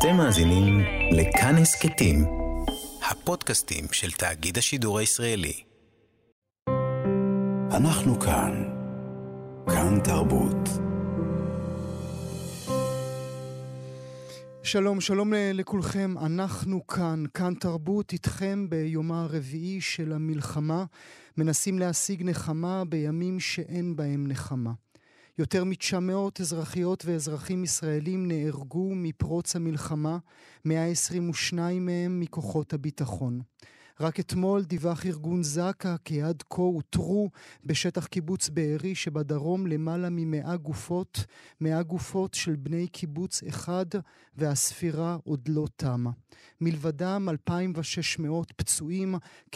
אתם מאזינים לכאן הסכתים, הפודקאסטים של תאגיד השידור הישראלי. אנחנו כאן תרבות. שלום לכולכם, אנחנו כאן תרבות איתכם ביומה הרביעי של המלחמה, מנסים להשיג נחמה בימים שאין בהם נחמה. יותר מ-900 אזרחיות ואזרחים ישראלים נהרגו מפרוץ המלחמה, 122 מהם מכוחות הביטחון. רק אתמול דיווח ארגון זק"א כי עד כה אותרו בשטח קיבוץ בארי שבדרום למעלה מ100 גופות, 100 גופות של בני קיבוץ אחד, והספירה עוד לא תמה. מלבדם 2,600 פצועים,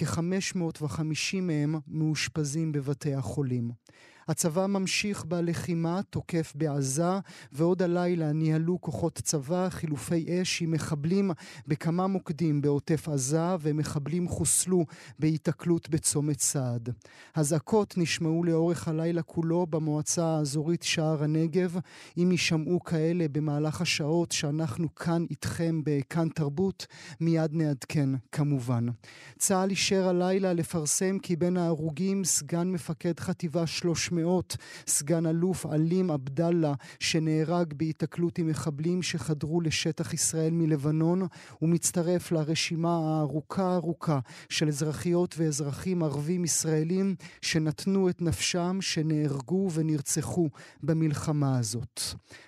כ-550 מהם מאושפזים בבתי החולים. הצבא ממשיך בלחימה, תוקף בעזה, ועוד הלילה ניהלו כוחות צבא חילופי אש עם מחבלים בכמה מוקדים בעוטף עזה, ומחבלים חוסלו בהיתקלות בצומת סעד. הזעקות נשמעו לאורך הלילה כולו במועצה האזורית שער הנגב. אם יישמעו כאלה במהלך השעות שאנחנו כאן איתכם בכאן תרבות, מיד נעדכן כמובן. צה"ל אישר הלילה לפרסם כי בין ההרוגים סגן מפקד חטיבה 300, סגן אלוף עלים עבדאללה, שנהרג בהיתקלות עם מחבלים שחדרו לשטח ישראל מלבנון, ומצטרף לרשימה הארוכה של אזרחיות ואזרחים ערבים ישראלים שנתנו את נפשם, שנהרגו ונרצחו במלחמה הזאת.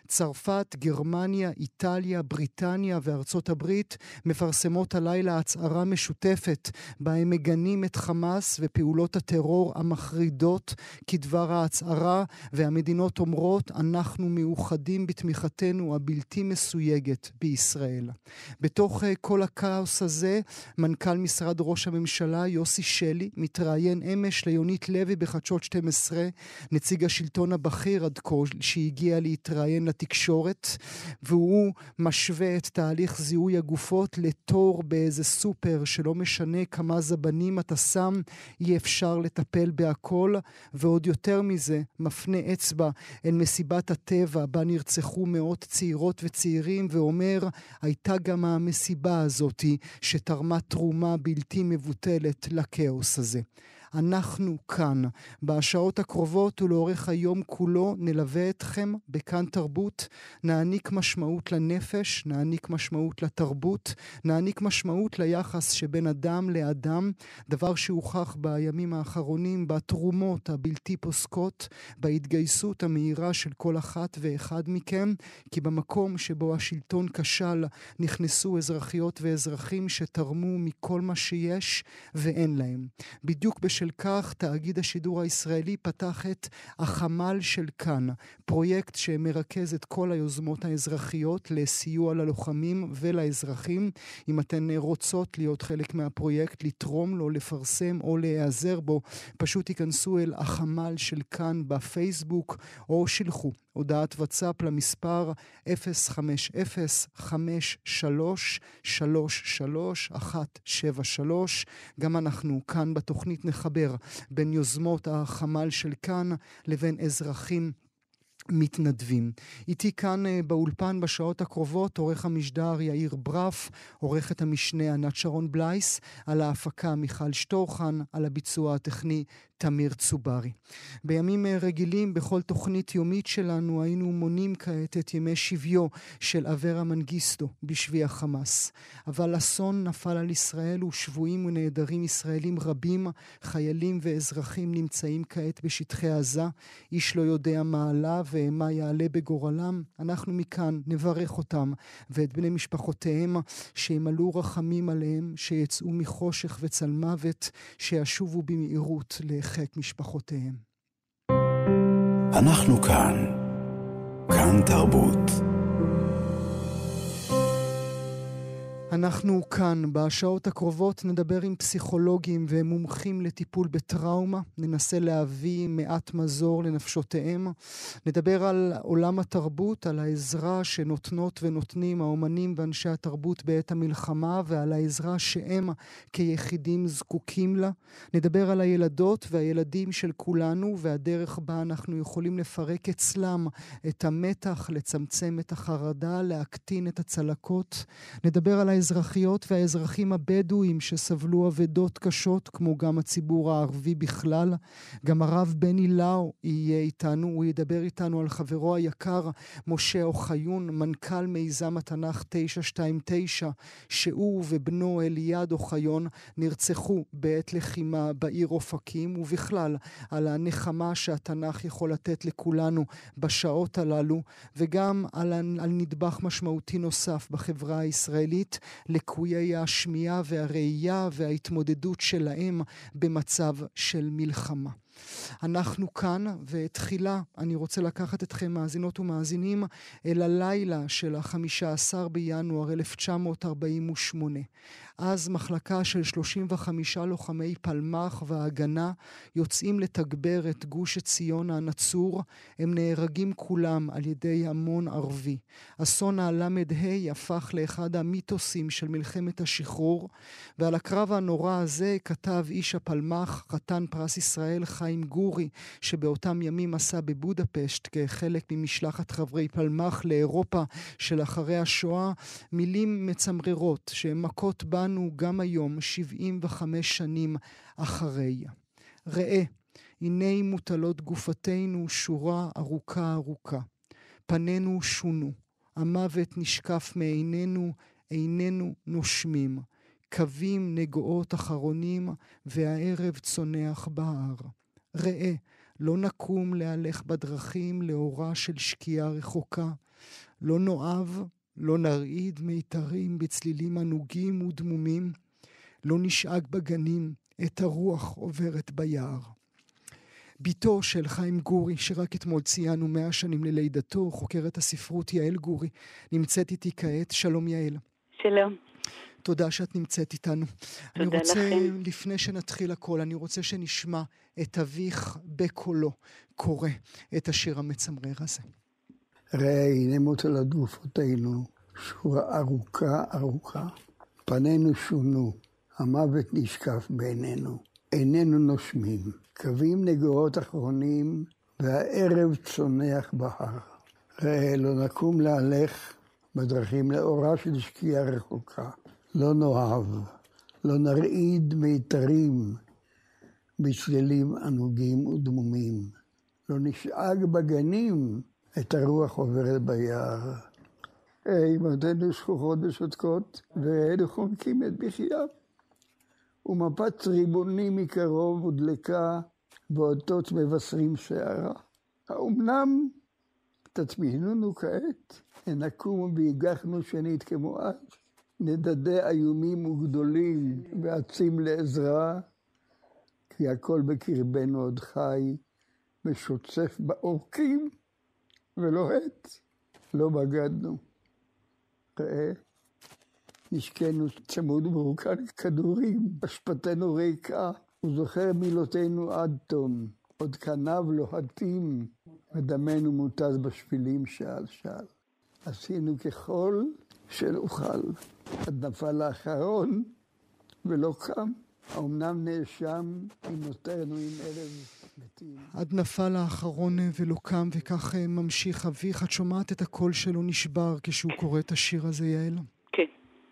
צרפת, גרמניה, איטליה, בריטניה וארצות הברית מפרסמות הלילה הצהרה משותפת בה הם מגנים את חמאס ופעולות הטרור המחרידות כדבר ההצהרה, והמדינות אומרות אנחנו מאוחדים בתמיכתנו הבלתי מסויגת בישראל. בתוך כל הכאוס הזה, מנכ"ל משרד ראש הממשלה יוסי שלי מתראיין אמש ליונית לוי בחדשות 12, נציג השלטון הבכיר עד כה שהגיע להתראיין לתקשורת, והוא משווה את תהליך זיהוי הגופות לתור באיזה סופר שלא משנה כמה זבנים אתה שם, אי אפשר לטפל בהכל, ועוד יותר מזה מפנה אצבע אל מסיבת הטבע בה נרצחו מאות צעירות וצעירים, ואומר הייתה גם המסיבה הזאת שתרמה תרומה בלתי מבוטלת לכאוס הזה. אנחנו כאן. בשעות הקרובות ולאורך היום כולו נלווה אתכם בכאן תרבות, נעניק משמעות לנפש, נעניק משמעות לתרבות, נעניק משמעות ליחס שבין אדם לאדם, דבר שהוכח בימים האחרונים בתרומות הבלתי פוסקות, בהתגייסות המהירה של כל אחת ואחד מכם, כי במקום שבו השלטון כשל נכנסו אזרחיות ואזרחים שתרמו מכל מה שיש ואין להם. בדיוק בשל כך תאגיד השידור הישראלי פתח את החמ"ל של כאן, פרויקט שמרכז את כל היוזמות האזרחיות לסיוע ללוחמים ולאזרחים. אם אתן רוצות להיות חלק מהפרויקט, לתרום לו, לפרסם או להיעזר בו, פשוט תיכנסו אל החמ"ל של כאן בפייסבוק או שלחו הודעת וואטסאפ למספר 050-5333-173. גם אנחנו כאן בתוכנית נחבר בין יוזמות החמ"ל של כאן לבין אזרחים מתנדבים. איתי כאן באולפן בשעות הקרובות עורך המשדר יאיר ברף, עורכת המשנה ענת שרון בלייס, על ההפקה מיכל שטורחן, על הביצוע הטכני תמיר צוברי. בימים רגילים בכל תוכנית יומית שלנו היינו מונים כעת את ימי שביו של אברה מנגיסטו בשבי החמאס. אבל אסון נפל על ישראל ושבויים ונעדרים ישראלים רבים, חיילים ואזרחים נמצאים כעת בשטחי עזה. איש לא יודע מה עלה ומה יעלה בגורלם. אנחנו מכאן נברך אותם ואת בני משפחותיהם שימלאו רחמים עליהם, שיצאו מחושך וצל מוות, שישובו במהירות לחיק משפחותיהם. אנחנו כאן תרבות. אנחנו כאן, בשעות הקרובות נדבר עם פסיכולוגים ומומחים לטיפול בטראומה, ננסה להביא מעט מזור לנפשותיהם, נדבר על עולם התרבות, על העזרה שנותנות ונותנים האומנים ואנשי התרבות בעת המלחמה, ועל העזרה שהם כיחידים זקוקים לה, נדבר על הילדות והילדים של כולנו, והדרך בה אנחנו יכולים לפרק אצלם את המתח, לצמצם את החרדה, להקטין את הצלקות, נדבר על האזרחיות והאזרחים הבדואים שסבלו אבדות קשות, כמו גם הציבור הערבי בכלל. גם הרב בני לאו יהיה איתנו, הוא ידבר איתנו על חברו היקר משה אוחיון, מנכ"ל מיזם התנ"ך 929, שהוא ובנו אליעד אוחיון נרצחו בעת לחימה בעיר אופקים, ובכלל על הנחמה שהתנ"ך יכול לתת לכולנו בשעות הללו, וגם על נדבך משמעותי נוסף בחברה הישראלית, לקויי השמיעה והראייה וההתמודדות שלהם במצב של מלחמה. אנחנו כאן, ותחילה אני רוצה לקחת אתכם מאזינות ומאזינים אל הלילה של 15 בינואר 1948. אז מחלקה של 35 לוחמי פלמ"ח וההגנה יוצאים לתגבר את גוש עציון הנצור. הם נהרגים כולם על ידי המון ערבי. אסון הל"ה הפך לאחד המיתוסים של מלחמת השחרור, ועל הקרב הנורא הזה כתב איש הפלמ"ח, חתן פרס ישראל חיים גורי, שבאותם ימים עשה בבודפשט כחלק ממשלחת חברי פלמ"ח לאירופה של אחרי השואה, מילים מצמררות שמכות בנו גם היום 75 שנים אחרי. ראה, הנה מוטלות גופתנו שורה ארוכה ארוכה. פנינו שונו, המוות נשקף מעינינו, עינינו נושמים. קווים נגועות אחרונים והערב צונח בהר. ראה, לא נקום להלך בדרכים לאורה של שקיעה רחוקה. לא נואב, לא נרעיד מיתרים בצלילים ענוגים ודמומים. לא נשאג בגנים, את הרוח עוברת ביער. ביתו של חיים גורי, שרק אתמול ציינו 100 שנים ללידתו, חוקרת הספרות יעל גורי, נמצאת איתי כעת. שלום יעל. שלום. תודה שאת נמצאת איתנו. אני רוצה, לפני שנתחיל הכל, אני רוצה שנשמע את אביך בקולו קורא את השיר המצמרר הזה. ראה, הנה מוטלות גופותינו, שורה ארוכה ארוכה. פנינו שונו, המוות נשקף בעינינו, עינינו נושמים. קווים נגועות אחרונים, והערב צונח בהר. ראה, לא נקום להלך בדרכים לאורה של שקיעה רחוקה. לא נאהב, לא נרעיד מיתרים בצלילים ענוגים ודמומים. לא נשאג בגנים, את הרוח עוברת ביער. אמותינו שכוחות ושותקות, ואלו חונקים את בחייה. ומפץ ריבוני מקרוב ודלקה, ואותות מבשרים שערה. האומנם תצמידונו כעת, נקום והגחנו שנית כמו אז. נדדי איומים וגדולים ועצים לעזרה, כי הכל בקרבנו עוד חי, משוצף באורקים, ולא עת, לא בגדנו. ראה, נשקנו צמוד ומרוקן כדורים, אשפתנו ריקה, וזוכר מילותינו עד תום, עוד כניו לוהטים, ודמנו מותז בשבילים שעל שעל. עשינו ככל שנוכל, עד נפל האחרון ולא קם. האומנם נאשם אם נותרנו עם ערב מתים. עד נפל האחרון ולא קם, וכך ממשיך אביך. את שומעת את הקול שלו נשבר כשהוא קורא את השיר הזה, יעל? כן.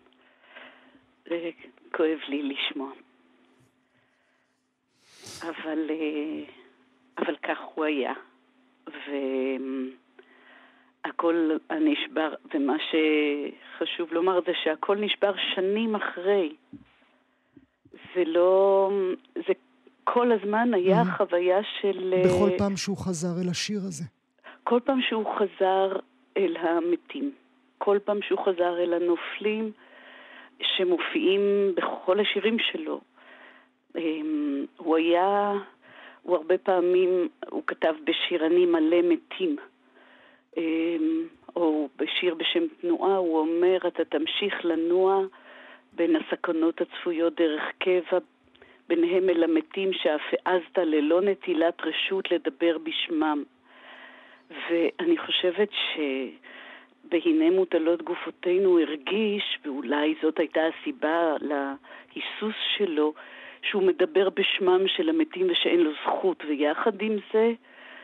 זה כואב לי לשמוע. אבל כך הוא היה. הכל נשבר, ומה שחשוב לומר זה שהכל נשבר שנים אחרי. זה כל הזמן היה חוויה של... בכל פעם שהוא חזר אל השיר הזה. כל פעם שהוא חזר אל המתים. כל פעם שהוא חזר אל הנופלים שמופיעים בכל השירים שלו. הוא הרבה פעמים, הוא כתב בשיר אני מלא מתים. או בשיר בשם תנועה, הוא אומר, אתה תמשיך לנוע בין הסכנות הצפויות דרך קבע, ביניהם אל המתים שאף העזת ללא נטילת רשות לדבר בשמם. ואני חושבת שבהנה מוטלות גופותינו הרגיש, ואולי זאת הייתה הסיבה להיסוס שלו, שהוא מדבר בשמם של המתים ושאין לו זכות, ויחד עם זה,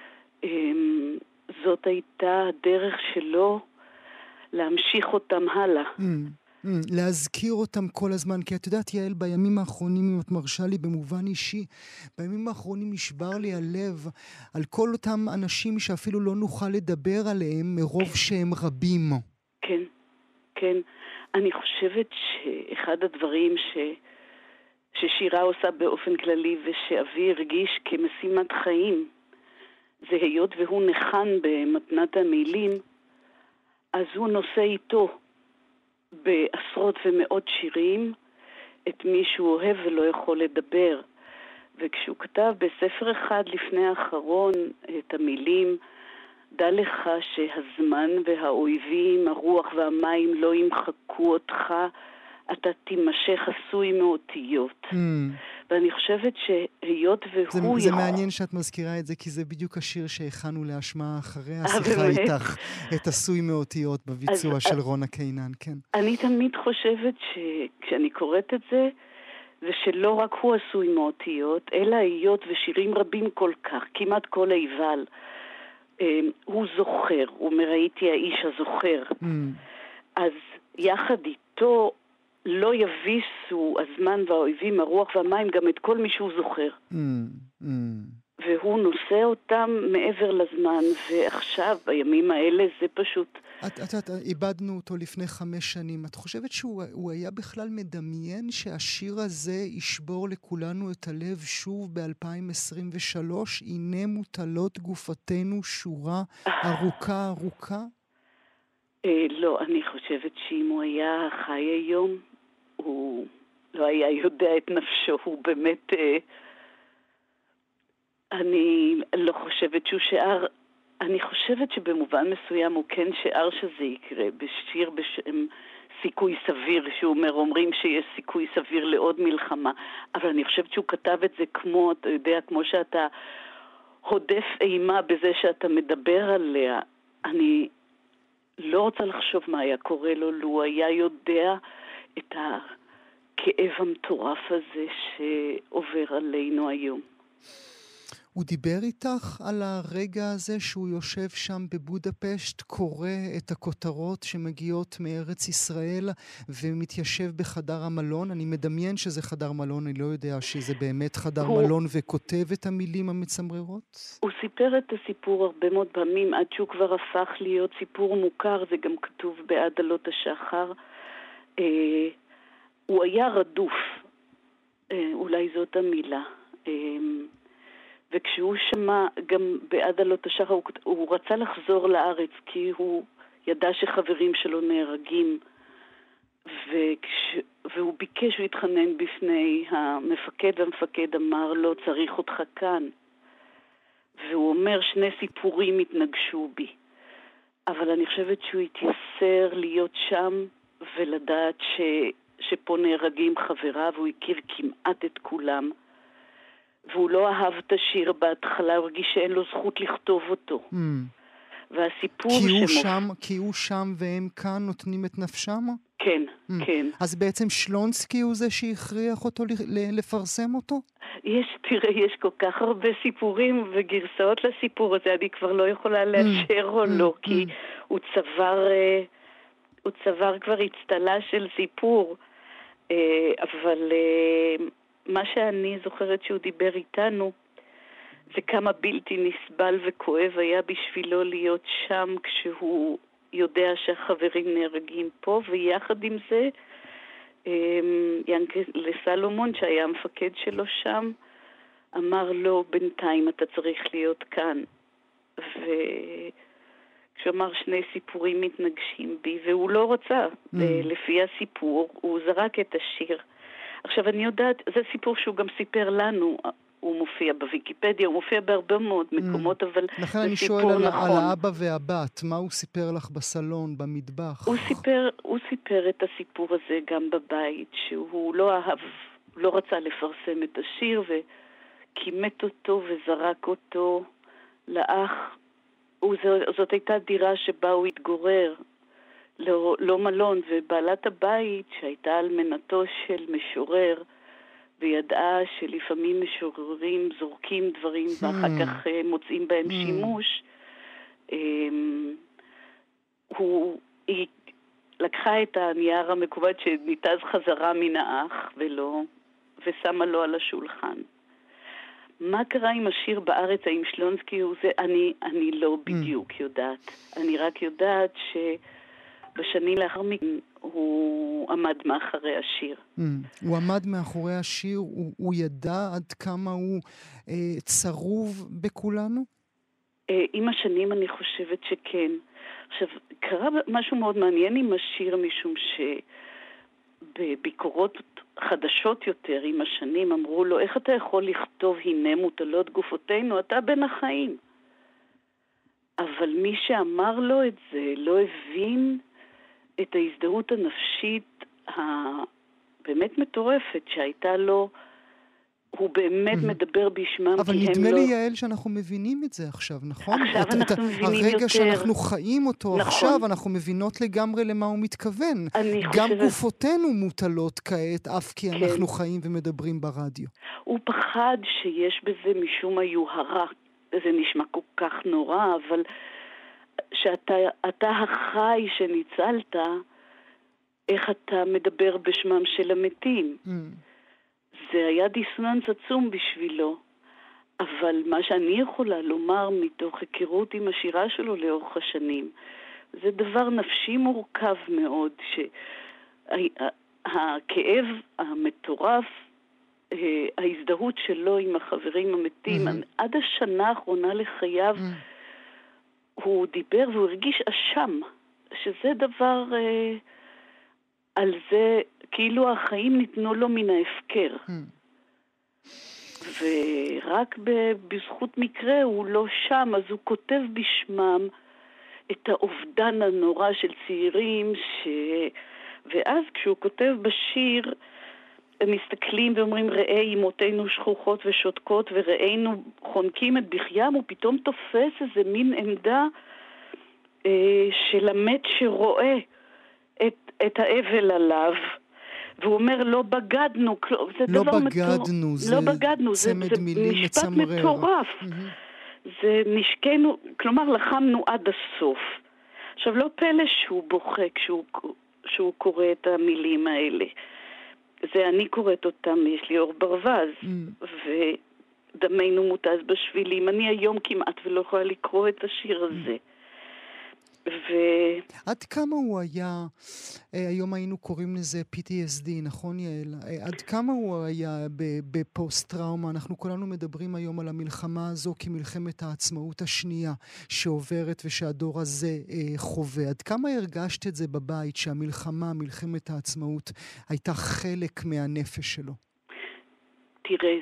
זאת הייתה הדרך שלו להמשיך אותם הלאה. להזכיר אותם כל הזמן, כי את יודעת, יעל, בימים האחרונים, אם את מרשה לי במובן אישי, בימים האחרונים נשבר לי הלב על כל אותם אנשים שאפילו לא נוכל לדבר עליהם מרוב שהם רבים. כן, כן. אני חושבת שאחד הדברים ששירה עושה באופן כללי ושאבי הרגיש כמשימת חיים, זה היות והוא נחן במתנת המילים, אז הוא נושא איתו בעשרות ומאות שירים את מי שהוא אוהב ולא יכול לדבר. וכשהוא כתב בספר אחד לפני האחרון את המילים, דע לך שהזמן והאויבים, הרוח והמים לא ימחקו אותך, אתה תימשך עשוי מאותיות. ואני חושבת שהיות והוא... זה מעניין שאת מזכירה את זה, כי זה בדיוק השיר שהכנו להשמעה אחרי השיחה איתך, את עשוי מאותיות בביצוע של רונה קינן, כן. אני תמיד חושבת שכשאני קוראת את זה, זה שלא רק הוא עשוי מאותיות, אלא היות ושירים רבים כל כך, כמעט כל איבל, הוא זוכר, הוא אומר, הייתי האיש הזוכר. אז יחד איתו, לא יביסו הזמן והאויבים, הרוח והמים, גם את כל מי שהוא זוכר. והוא נושא אותם מעבר לזמן, ועכשיו, בימים האלה, זה פשוט... את איבדנו אותו לפני 5 שנים. את חושבת שהוא היה בכלל מדמיין שהשיר הזה ישבור לכולנו את הלב שוב ב-2023? הנה מוטלות גופתנו שורה ארוכה ארוכה? לא, אני חושבת שאם הוא היה חי היום, הוא לא היה יודע את נפשו, הוא באמת... אני לא חושבת שהוא שער, אני חושבת שבמובן מסוים הוא כן שער שזה יקרה, בשיר בשם סיכוי סביר, שהוא אומרים שיש סיכוי סביר לעוד מלחמה, אבל אני חושבת שהוא כתב את זה כמו, אתה יודע, כמו שאתה הודף אימה בזה שאתה מדבר עליה. אני לא רוצה לחשוב מה היה קורה לו, לו היה יודע את הכאב המטורף הזה שעובר עלינו היום. הוא דיבר איתך על הרגע הזה שהוא יושב שם בבודפשט, קורא את הכותרות שמגיעות מארץ ישראל ומתיישב בחדר המלון? אני מדמיין שזה חדר מלון, אני לא יודע שזה באמת חדר מלון, וכותב את המילים המצמררות? הוא סיפר את הסיפור הרבה מאוד פעמים, עד שהוא כבר הפך להיות סיפור מוכר, זה גם כתוב בעד עלות השחר. הוא היה רדוף, אולי זאת המילה. וכשהוא שמע גם בעד עלות השחר, הוא רצה לחזור לארץ, כי הוא ידע שחברים שלו נהרגים, והוא ביקש, הוא התחנן בפני המפקד, והמפקד אמר לו, צריך אותך כאן. והוא אומר, 2 סיפורים התנגשו בי. אבל אני חושבת שהוא התייסר להיות שם, ולדעת שפה נהרגים חבריו, והוא הכיר כמעט את כולם. והוא לא אהב את השיר בהתחלה, הוא הרגיש שאין לו זכות לכתוב אותו. והסיפור כי הוא שם והם כאן נותנים את נפשם? כן, כן. אז בעצם שלונסקי הוא זה שהכריח אותו לפרסם אותו? תראה, יש כל כך הרבה סיפורים וגרסאות לסיפור הזה, אני כבר לא יכולה לאשר או לא, כי הוא צבר כבר הצטלה של סיפור, אבל... מה שאני זוכרת שהוא דיבר איתנו, זה כמה בלתי נסבל וכואב היה בשבילו להיות שם כשהוא יודע שהחברים נהרגים פה, ויחד עם זה, ינקה לסלומון, שהיה המפקד שלו שם, אמר לו, בינתיים אתה צריך להיות כאן. וכשאמר 2 סיפורים מתנגשים בי, והוא לא רצה, לפי הסיפור, הוא זרק את השיר. עכשיו אני יודעת, זה סיפור שהוא גם סיפר לנו, הוא מופיע בוויקיפדיה, הוא מופיע בהרבה מאוד מקומות, אבל זה סיפור נכון. לכן אני שואל על האבא והבת, מה הוא סיפר לך בסלון, במטבח? הוא סיפר את הסיפור הזה גם בבית, שהוא לא אהב, לא רצה לפרסם את השיר, וכימת אותו וזרק אותו לאח. זאת הייתה דירה שבה הוא התגורר, לא מלון, ובעלת הבית שהייתה אלמנתו של משורר, וידעה שלפעמים משוררים זורקים דברים ואחר כך מוצאים בהם שימוש, היא לקחה את הנייר המקובד שניתז חזרה מן האח ושמה לו על השולחן. מה קרה עם השיר בארץ, האם שלונסקי הוא זה? אני לא בדיוק יודעת. אני רק יודעת שבשנים לאחר מכן הוא עמד מאחורי השיר. הוא עמד מאחורי השיר, הוא ידע עד כמה הוא צרוב בכולנו? עם השנים אני חושבת שכן. עכשיו, קרה משהו מאוד מעניין עם השיר, משום שבביקורות חדשות יותר עם השנים אמרו לו, איך אתה יכול לכתוב הנה מוטלות גופותינו, אתה בין החיים. אבל מי שאמר לו את זה לא הבין את ההזדהות הנפשית הבאמת מטורפת שהייתה לו, הוא באמת מדבר בשמם. אבל נדמה לי, יעל, שאנחנו מבינים את זה עכשיו, נכון? עכשיו אנחנו מבינים יותר. הרגע שאנחנו חיים אותו עכשיו, אנחנו מבינות לגמרי למה הוא מתכוון. גם גופותינו מוטלות כעת, אף כי אנחנו חיים ומדברים ברדיו. הוא פחד שיש בזה משום היוהרה. זה נשמע כל כך נורא, אבל שאתה החי שניצלת, איך אתה מדבר בשמם של המתים. זה היה דיסוננס עצום בשבילו, אבל מה שאני יכולה לומר מתוך היכרות עם השירה שלו לאורך השנים, זה דבר נפשי מורכב מאוד, שהכאב המטורף, ההזדהות שלו עם החברים המתים, עד השנה האחרונה לחייו, הוא דיבר והוא הרגיש אשם, שזה דבר, על זה, כאילו החיים ניתנו לו מן ההפקר. ורק בזכות מקרה הוא לא שם, אז הוא כותב בשמם את האובדן הנורא של צעירים, ואז כשהוא כותב בשיר, הם מסתכלים ואומרים, ראה אמותינו שכוחות ושותקות, וראינו חונקים את בחיים, הוא פתאום תופס איזה מין עמדה של המת שרואה את האבל עליו, והוא אומר, לא בגדנו, לא בגדנו, זה משפט מטורף. זה נשקנו, כלומר לחמנו עד הסוף. עכשיו לא פלא שהוא בוכה כשהוא קורא את המילים האלה. זה אני קוראת אותם, יש לי אור ברווז, ודמנו מותז בשבילים. אני היום כמעט ולא יכולה לקרוא את השיר הזה. עד כמה הוא היה, היום היינו קוראים לזה PTSD, נכון יעל? עד כמה הוא היה בפוסט-טראומה? אנחנו כולנו מדברים היום על המלחמה הזו כמלחמת העצמאות השנייה שעוברת ושהדור הזה חווה. עד כמה הרגשת את זה בבית, שהמלחמה, מלחמת העצמאות, הייתה חלק מהנפש שלו? תראה,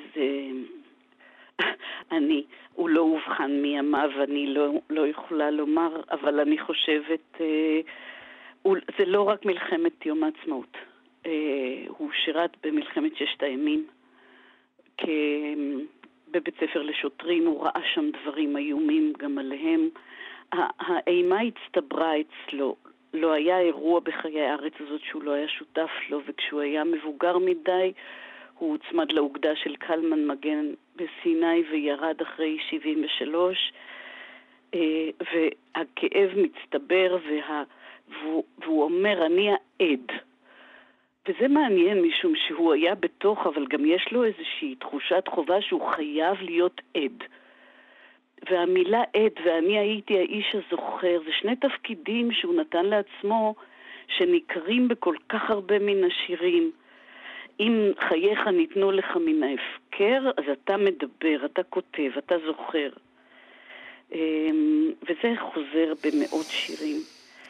הוא לא הובחן מימיו, אני לא יכולה לומר, אבל אני חושבת, זה לא רק מלחמת יום העצמאות. הוא שירת במלחמת ששת הימים, בבית ספר לשוטרים, הוא ראה שם דברים איומים גם עליהם. האימה הצטברה אצלו, לא היה אירוע בחיי הארץ הזאת שהוא לא היה שותף לו, וכשהוא היה מבוגר מדי, הוא הוצמד לאוגדה של קלמן מגן בסיני וירד אחרי 73, והכאב מצטבר והוא אומר, אני העד. וזה מעניין משום שהוא היה בתוך, אבל גם יש לו איזושהי תחושת חובה שהוא חייב להיות עד. והמילה עד ואני הייתי האיש הזוכר, זה שני תפקידים שהוא נתן לעצמו שניכרים בכל כך הרבה מן השירים. אם חייך ניתנו לך מן ההפקר, אז אתה מדבר, אתה כותב, אתה זוכר. וזה חוזר במאות שירים.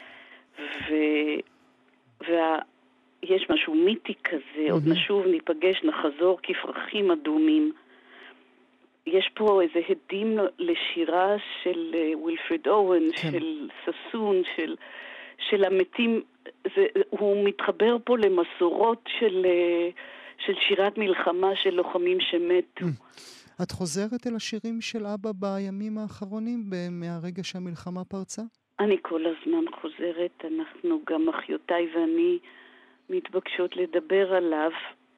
ויש משהו מיתי כזה, עוד נשוב, ניפגש, נחזור כפרחים אדומים. יש פה איזה הדים לשירה של ווילפרד אוון, כן. של ססון, של המתים. הוא מתחבר פה למסורות של שירת מלחמה של לוחמים שמתו. את חוזרת אל השירים של אבא בימים האחרונים, מהרגע שהמלחמה פרצה? אני כל הזמן חוזרת, אנחנו גם אחיותיי ואני מתבקשות לדבר עליו.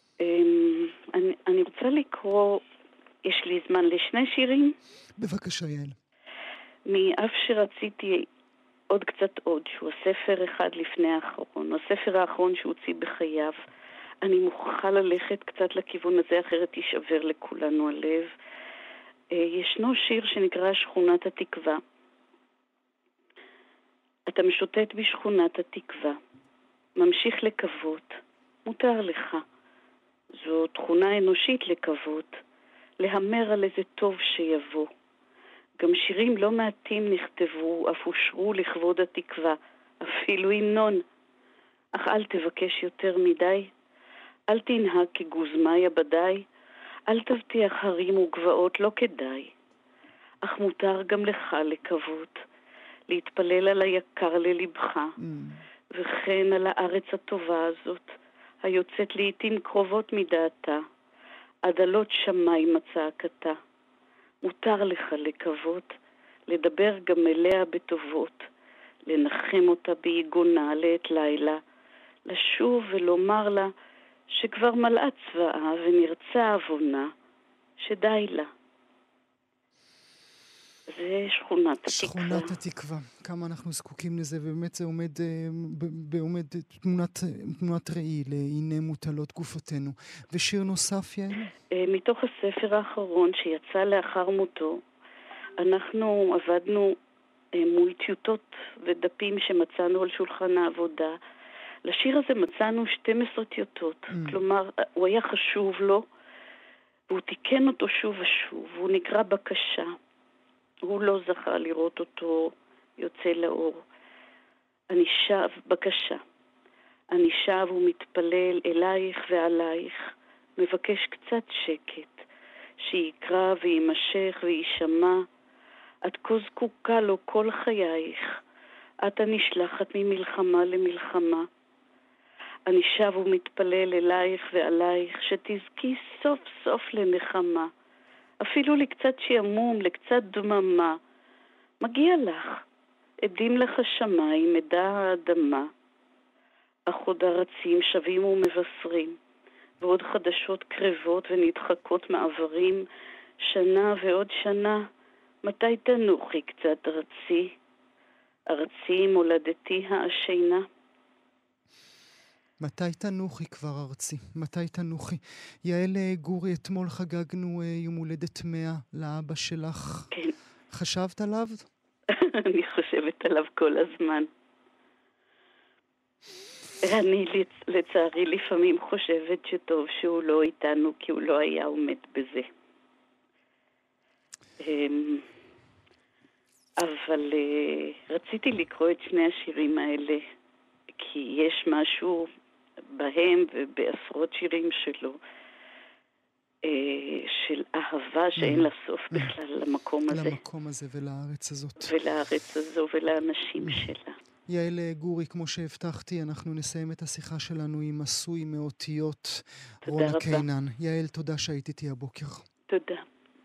אני רוצה לקרוא, יש לי זמן לשני שירים? בבקשה, יעל. מאף שרציתי עוד קצת עוד, שהוא הספר אחד לפני האחרון, הספר האחרון שהוא הוציא בחייו. אני מוכרחה ללכת קצת לכיוון הזה, אחרת יישבר לכולנו הלב. ישנו שיר שנקרא שכונת התקווה. אתה משוטט בשכונת התקווה, ממשיך לקוות, מותר לך. זו תכונה אנושית לקוות, להמר על איזה טוב שיבוא. גם שירים לא מעטים נכתבו, אף אושרו לכבוד התקווה, אפילו המנון. אך אל תבקש יותר מדי, אל תנהג כגוזמאי בדי, אל תבטיח הרים וגבעות, לא כדאי. אך מותר גם לך לקוות, להתפלל על היקר ללבך, וכן על הארץ הטובה הזאת, היוצאת לעתים קרובות מדעתה, עד עלות שמיים הצעקתה. מותר לך לקוות, לדבר גם אליה בטובות, לנחם אותה ביגונה לעת לילה, לשוב ולומר לה שכבר מלאה צבאה ונרצה עוונה, שדי לה. זה שכונת התקווה. שכונת התקווה. כמה אנחנו זקוקים לזה, ובאמת זה עומד תמונת ראי להנה מוטלות גופותינו. ושיר נוסף, יעל? מתוך הספר האחרון שיצא לאחר מותו, אנחנו עבדנו מול טיוטות ודפים שמצאנו על שולחן העבודה. לשיר הזה מצאנו 12 טיוטות. כלומר, הוא היה חשוב לו, והוא תיקן אותו שוב ושוב. הוא נקרא בקשה. הוא לא זכה לראות אותו יוצא לאור. אני שב, בקשה. אני שב ומתפלל אלייך ועלייך, מבקש קצת שקט, שיקרא וימשך וישמע. את כה זקוקה לו כל חייך, את הנשלחת ממלחמה למלחמה. אני שב ומתפלל אלייך ועלייך, שתזכי סוף סוף לנחמה. אפילו לקצת שעמום, לקצת דממה. מגיע לך, עדים לך השמיים, עדה האדמה. אך עוד ארצים שבים ומבשרים, ועוד חדשות קרבות ונדחקות מעברים, שנה ועוד שנה. מתי תנוחי קצת ארצי, ארצי מולדתי האשינה? מתי תנוחי כבר ארצי? מתי תנוחי? יעל גורי, אתמול חגגנו יום הולדת 100 לאבא שלך. כן. חשבת עליו? אני חושבת עליו כל הזמן. אני לצערי לפעמים חושבת שטוב שהוא לא איתנו, כי הוא לא היה עומד בזה. אבל רציתי לקרוא את שני השירים האלה, כי יש משהו בהם ובעשרות שירים שלו, של אהבה שאין לה סוף בכלל למקום הזה. למקום הזה ולארץ הזאת. ולארץ הזו ולאנשים שלה. יעל גורי, כמו שהבטחתי, אנחנו נסיים את השיחה שלנו עם עשוי מאותיות רונה קיינן. יעל, תודה שהיית איתי הבוקר. תודה.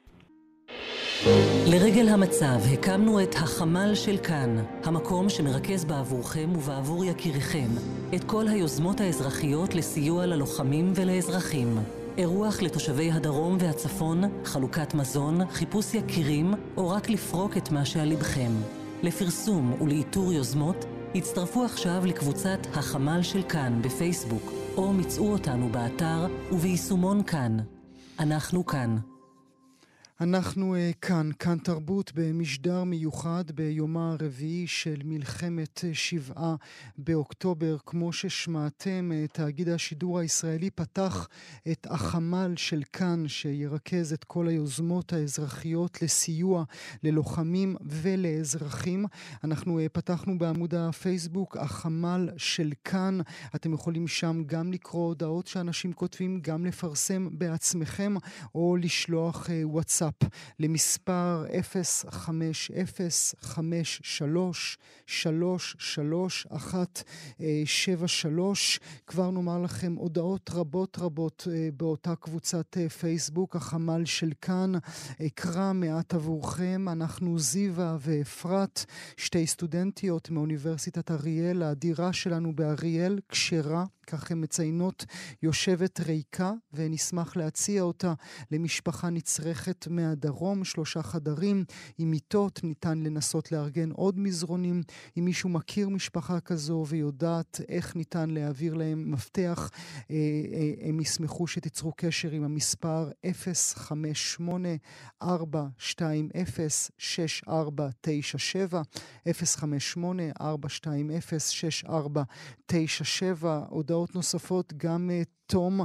לרגל המצב הקמנו את החמ"ל של כאן, המקום שמרכז בעבורכם ובעבור יקיריכם את כל היוזמות האזרחיות לסיוע ללוחמים ולאזרחים. אירוח לתושבי הדרום והצפון, חלוקת מזון, חיפוש יקירים או רק לפרוק את מה שעל לבכם. לפרסום ולאיתור יוזמות, הצטרפו עכשיו לקבוצת החמ"ל של כאן בפייסבוק, או מצאו אותנו באתר וביישומון כאן. אנחנו כאן. אנחנו כאן תרבות במשדר מיוחד ביומה הרביעי של מלחמת 7 באוקטובר. כמו ששמעתם, תאגיד השידור הישראלי פתח את החמ"ל של כאן, שירכז את כל היוזמות האזרחיות לסיוע ללוחמים ולאזרחים. אנחנו פתחנו בעמוד הפייסבוק החמ"ל של כאן. אתם יכולים שם גם לקרוא הודעות שאנשים כותבים, גם לפרסם בעצמכם או לשלוח וואטסאפ וואטסאפ למספר 050-533173. כבר נאמר לכם הודעות רבות באותה קבוצת פייסבוק, החמ"ל של כאן. אקרא מעט עבורכם. אנחנו זיווה ואפרת, שתי סטודנטיות מאוניברסיטת אריאל. הדירה שלנו באריאל כשרה, כך הן מציינות, יושבת ריקה, ונשמח להציע אותה למשפחה נצרכת מהדרום, 3 חדרים עם מיטות. ניתן לנסות לארגן עוד מזרונים. אם מישהו מכיר משפחה כזו ויודעת איך ניתן להעביר להם מפתח, הם ישמחו שתיצרו קשר עם המספר 058-420-6497, 058-420-6497. הודעות נוספות, גם תום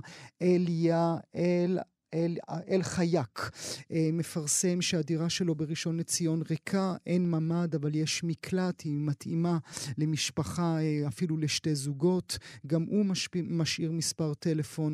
אל חייק מפרסם שהדירה שלו בראשון לציון ריקה, אין ממד אבל יש מקלט, היא מתאימה למשפחה, אפילו לשתי זוגות. גם הוא משאיר מספר טלפון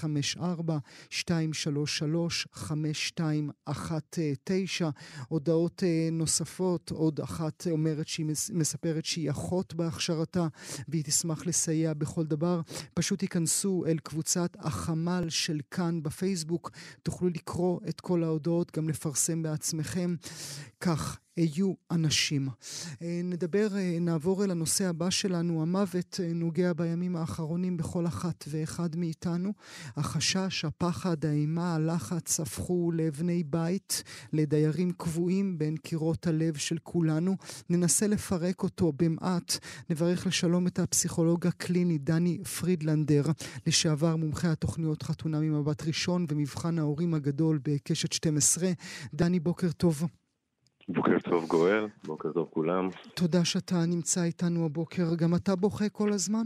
054-233-5219. הודעות נוספות, עוד אחת אומרת שהיא מספרת שהיא אחות בהכשרתה והיא תשמח לסייע בכל דבר. פשוט ייכנסו אל קבוצת החמ"ל של כאן בפייסבוק, תוכלו לקרוא את כל ההודעות, גם לפרסם בעצמכם. כך היו אנשים. נעבור אל הנושא הבא שלנו. המוות נוגע בימים האחרונים בכל אחת ואחד מאיתנו. החשש, הפחד, האימה, הלחץ הפכו לאבני בית, לדיירים קבועים בין קירות הלב של כולנו. ננסה לפרק אותו במעט. נברך לשלום את הפסיכולוג הקליני דני פרידלנדר, לשעבר מומחה התוכניות חתונה ממבט ראשון ומבחן ההורים הגדול בקשת 12. דני, בוקר טוב. בוקר טוב גואל, בוקר טוב כולם. תודה שאתה נמצא איתנו הבוקר. גם אתה בוכה כל הזמן?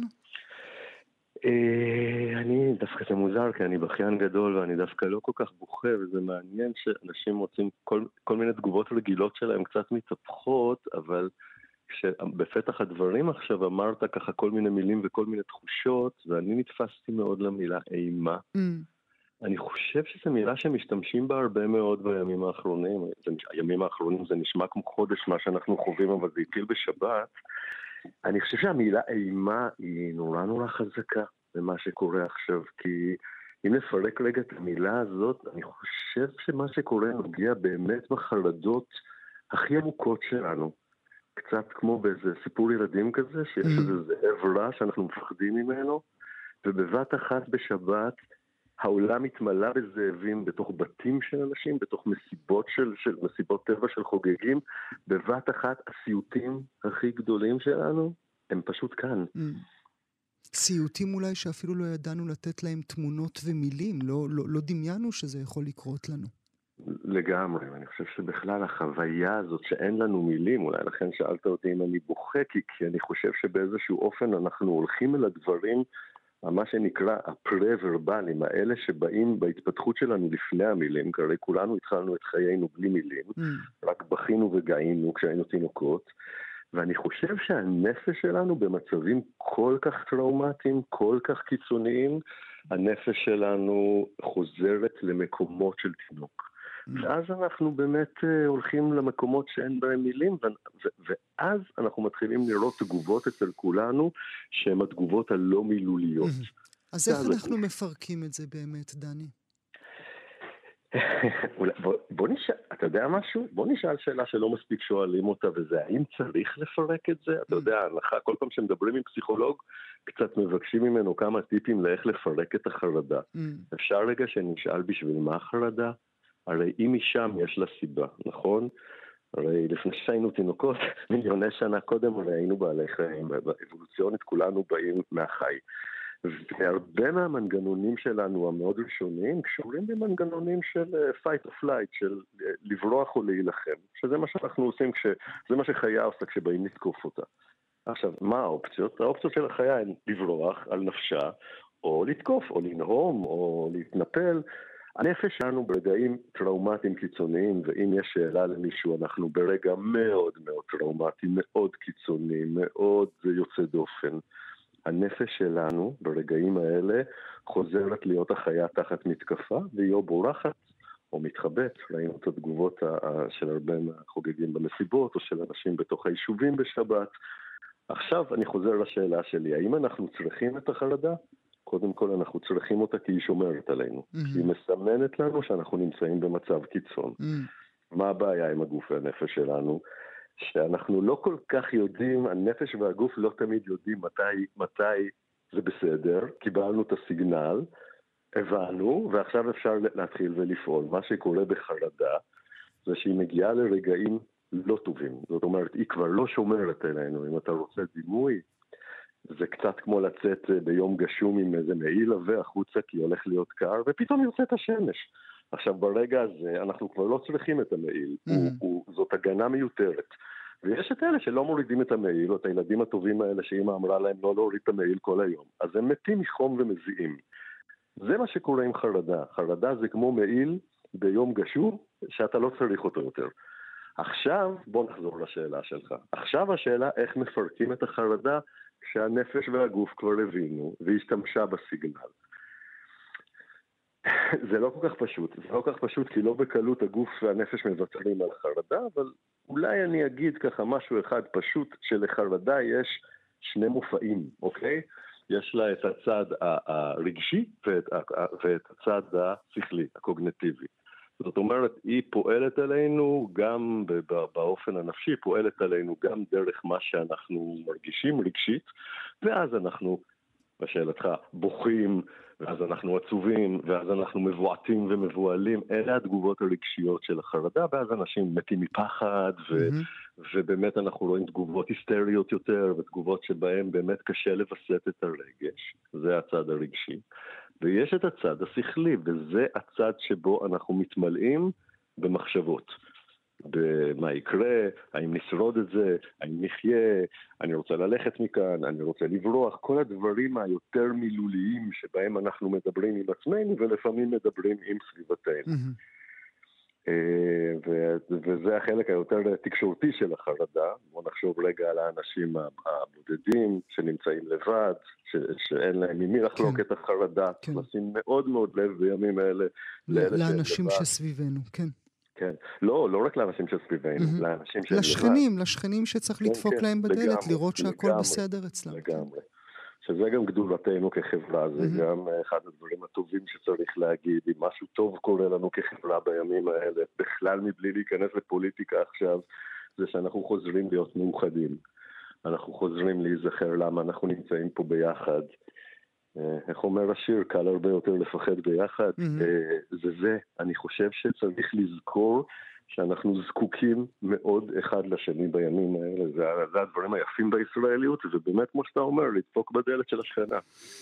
אני דווקא זה מוזר, כי אני בכיין גדול ואני דווקא לא כל כך בוכה, וזה מעניין שאנשים מוצאים כל מיני תגובות רגילות שלהם קצת מתהפכות, אבל בפתח הדברים עכשיו אמרת ככה כל מיני מילים וכל מיני תחושות, ואני נתפסתי מאוד למילה אימה. אני חושב שזו מילה שמשתמשים בה הרבה מאוד בימים האחרונים. הימים האחרונים זה נשמע כמו חודש מה שאנחנו חווים, אבל זה התחיל בשבת. אני חושב שהמילה אימה היא נורא חזקה במה שקורה עכשיו, כי אם נפרק רגע את המילה הזאת, אני חושב שמה שקורה נוגע באמת בחרדות הכי עמוקות שלנו. קצת כמו באיזה סיפור ילדים כזה, שיש איזה זאב רע שאנחנו מפחדים ממנו, ובבת אחת בשבת העולם מתמלא בזאבים בתוך בתים של אנשים, בתוך מסיבות מסיבות טבע של חוגגים. בבת אחת הסיוטים הכי גדולים שלנו הם פשוט כאן. סיוטים אולי שאפילו לא ידענו לתת להם תמונות ומילים, לא דמיינו שזה יכול לקרות לנו. לגמרי, אני חושב שבכלל החוויה הזאת שאין לנו מילים, אולי לכן שאלת אותי אם אני בוכה, כי אני חושב שבאיזשהו אופן אנחנו הולכים אל הדברים, מה שנקרא הפרה-ורבלים, האלה שבאים בהתפתחות שלנו לפני המילים, כי הרי כולנו התחלנו את חיינו בלי מילים, רק בכינו וגאינו כשהיינו תינוקות, ואני חושב שהנפש שלנו במצבים כל כך טראומטיים, כל כך קיצוניים, הנפש שלנו חוזרת למקומות של תינוק. ואז אנחנו באמת הולכים למקומות שאין בהם מילים, ואז אנחנו מתחילים לראות תגובות אצל כולנו, שהן התגובות הלא מילוליות. אז איך אנחנו מפרקים את זה באמת, דני? בוא נשאל, אתה יודע משהו? בוא נשאל שאלה שלא מספיק שואלים אותה, וזה האם צריך לפרק את זה? אתה יודע, כל פעם שמדברים עם פסיכולוג, קצת מבקשים ממנו כמה טיפים לאיך לפרק את החרדה. אפשר רגע שנשאל בשביל מה החרדה? הרי אם משם יש לה סיבה, נכון? הרי לפני שהיינו תינוקות, מיליוני שנה קודם, הרי היינו בעלי חיים, באבולוציונית כולנו באים מהחי. והרבה מהמנגנונים שלנו המאוד ראשוניים קשורים במנגנונים של fight or flight, של לברוח או להילחם, שזה מה שאנחנו עושים, זה מה שחיה עושה כשבאים לתקוף אותה. עכשיו, מה האופציות? האופציות של החיה הן לברוח על נפשה, או לתקוף, או לנהום, או להתנפל. הנפש שלנו ברגעים טראומטיים קיצוניים, ואם יש שאלה למישהו, אנחנו ברגע מאוד מאוד טראומטי, מאוד קיצוני, מאוד יוצא דופן. הנפש שלנו ברגעים האלה חוזרת להיות החיה תחת מתקפה, והיא או בורחת או מתחבט, ראינו את התגובות של הרבה מהחוגגים במסיבות, או של אנשים בתוך היישובים בשבת. עכשיו אני חוזר לשאלה שלי, האם אנחנו צריכים את החרדה? קודם כל אנחנו צריכים אותה כי היא שומרת עלינו. היא מסמנת לנו שאנחנו נמצאים במצב קיצון. מה הבעיה עם הגוף והנפש שלנו? שאנחנו לא כל כך יודעים, הנפש והגוף לא תמיד יודעים מתי זה בסדר, קיבלנו את הסיגנל, הבנו, ועכשיו אפשר להתחיל ולפעול. מה שקורה בחרדה, זה שהיא מגיעה לרגעים לא טובים. זאת אומרת, היא כבר לא שומרת עלינו. אם אתה רוצה דימוי, זה קצת כמו לצאת ביום גשום עם איזה מעיל עבה החוצה, כי הולך להיות קר, ופתאום יוצאת השמש. עכשיו, ברגע הזה, אנחנו כבר לא צריכים את המעיל. זאת הגנה מיותרת. ויש את אלה שלא מורידים את המעיל, או את הילדים הטובים האלה שאמא אמרה להם לא להוריד את המעיל כל היום. אז הם מתים מחום ומזיעים. זה מה שקורה עם חרדה. חרדה זה כמו מעיל ביום גשום, שאתה לא צריך אותו יותר. עכשיו, בוא נחזור לשאלה שלך. עכשיו השאלה איך מפרקים את החרדה, כשהנפש והגוף כבר הבינו, והשתמשה בסיגנל. זה לא כל כך פשוט. זה לא כל כך פשוט, כי לא בקלות הגוף והנפש מבצעים על החרדה, אבל אולי אני אגיד ככה משהו אחד פשוט, שלחרדה יש שני מופעים, אוקיי? יש לה את הצד הרגשי ואת הצד השכלי, הקוגניטיבי. זאת אומרת, היא פועלת עלינו גם באופן הנפשי, פועלת עלינו גם דרך מה שאנחנו מרגישים רגשית, ואז אנחנו, בשאלתך, בוכים, ואז אנחנו עצובים, ואז אנחנו מבועטים ומבועלים. אלה התגובות הרגשיות של החרדה, ואז אנשים מתים מפחד, ובאמת אנחנו רואים תגובות היסטריות יותר, ותגובות שבהן באמת קשה לבסט את הרגש. זה הצד הרגשי. ויש את הצד השכלי, וזה הצד שבו אנחנו מתמלאים במחשבות. במה יקרה, האם נשרוד את זה, האם נחיה, אני רוצה ללכת מכאן, אני רוצה לברוח, כל הדברים היותר מילוליים שבהם אנחנו מדברים עם עצמנו ולפעמים מדברים עם סביבתנו. וזה החלק היותר תקשורתי של החרדה. בואו נחשוב רגע על האנשים הבודדים שנמצאים לבד, שאין להם ממי לחלוק את החרדה. נשים מאוד מאוד לב בימים האלה לאנשים שסביבנו, כן. כן, לא רק לאנשים שסביבנו, לאנשים שהם לשכנים שצריך לדפוק להם בדלת, לראות שהכל בסדר אצלם. לגמרי. שזה גם גדולתנו כחברה, זה גם אחד הדברים הטובים שצריך להגיד, אם משהו טוב קורה לנו כחברה בימים האלה, בכלל מבלי להיכנס לפוליטיקה עכשיו, זה שאנחנו חוזרים להיות מאוחדים. אנחנו חוזרים להיזכר למה אנחנו נמצאים פה ביחד. איך אומר השיר, קל הרבה יותר לפחד ביחד. זה, אני חושב שצריך לזכור שאנחנו זקוקים מאוד אחד לשני בימים האלה. זה הדברים היפים בישראליות, ובאמת כמו שאתה אומר, לדפוק בדלת של השכנה.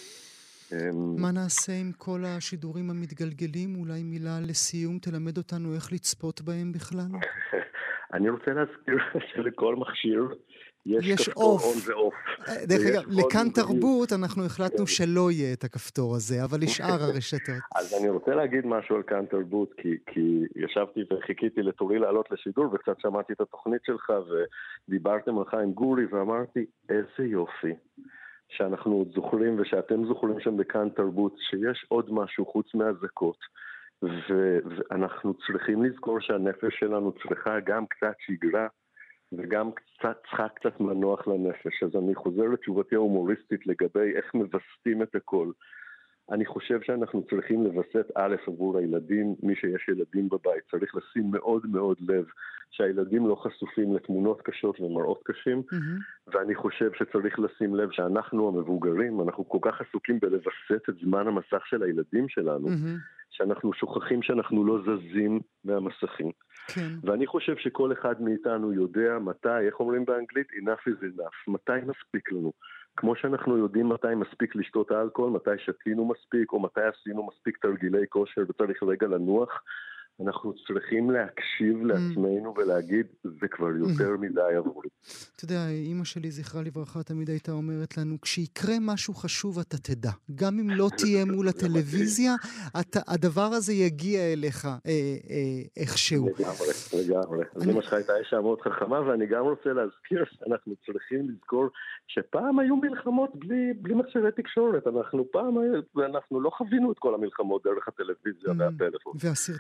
מה נעשה עם כל השידורים המתגלגלים? אולי מילה לסיום תלמד אותנו איך לצפות בהם בכלל? אני רוצה להזכיר שלכל מכשיר יש כפתור on ואוף. דרך אגב, לכאן תרבות אנחנו החלטנו שלא יהיה את הכפתור הזה, אבל לשאר הרשתות. אז אני רוצה להגיד משהו על כאן תרבות, כי ישבתי וחיכיתי לתורי לעלות לשידור, וקצת שמעתי את התוכנית שלך, ודיברתם על חיים גורי, ואמרתי, איזה יופי, שאנחנו עוד זוכרים, ושאתם זוכרים שם בכאן תרבות, שיש עוד משהו חוץ מהזקות, ואנחנו צריכים לזכור שהנפש שלנו צריכה גם קצת שגרה, וגם צריכה קצת מנוח לנפש. אז אני חוזר לתשובתי ההומוריסטית לגבי איך מבסטים את הכל. אני חושב שאנחנו צריכים לבסט א' עבור הילדים, מי שיש ילדים בבית, צריך לשים מאוד מאוד לב שהילדים לא חשופים לתמונות קשות ומראות קשים, ואני חושב שצריך לשים לב שאנחנו המבוגרים, אנחנו כל כך עסוקים בלבסט את זמן המסך של הילדים שלנו, שאנחנו שוכחים שאנחנו לא זזים מהמסכים. כן. ואני חושב שכל אחד מאיתנו יודע מתי, איך אומרים באנגלית, enough is enough, מתי מספיק לנו. כמו שאנחנו יודעים מתי מספיק לשתות אלכוהול, מתי שתינו מספיק, או מתי עשינו מספיק תרגילי כושר וצריך רגע לנוח, אנחנו צריכים להקשיב לעצמנו ולהגיד, זה כבר יותר מדי עבורי. אתה יודע, אמא שלי זכרה לברכה תמיד הייתה אומרת לנו, כשיקרה משהו חשוב אתה תדע. גם אם לא תהיה מול הטלוויזיה, הדבר הזה יגיע אליך איכשהו. לגמרי. אז אמא שלך הייתה אישה מאוד חכמה, ואני גם רוצה להזכיר שאנחנו צריכים לזכור שפעם היו מלחמות בלי מכשירי תקשורת. אנחנו לא חווינו את כל המלחמות דרך הטלוויזיה והטלפון. והסרטונים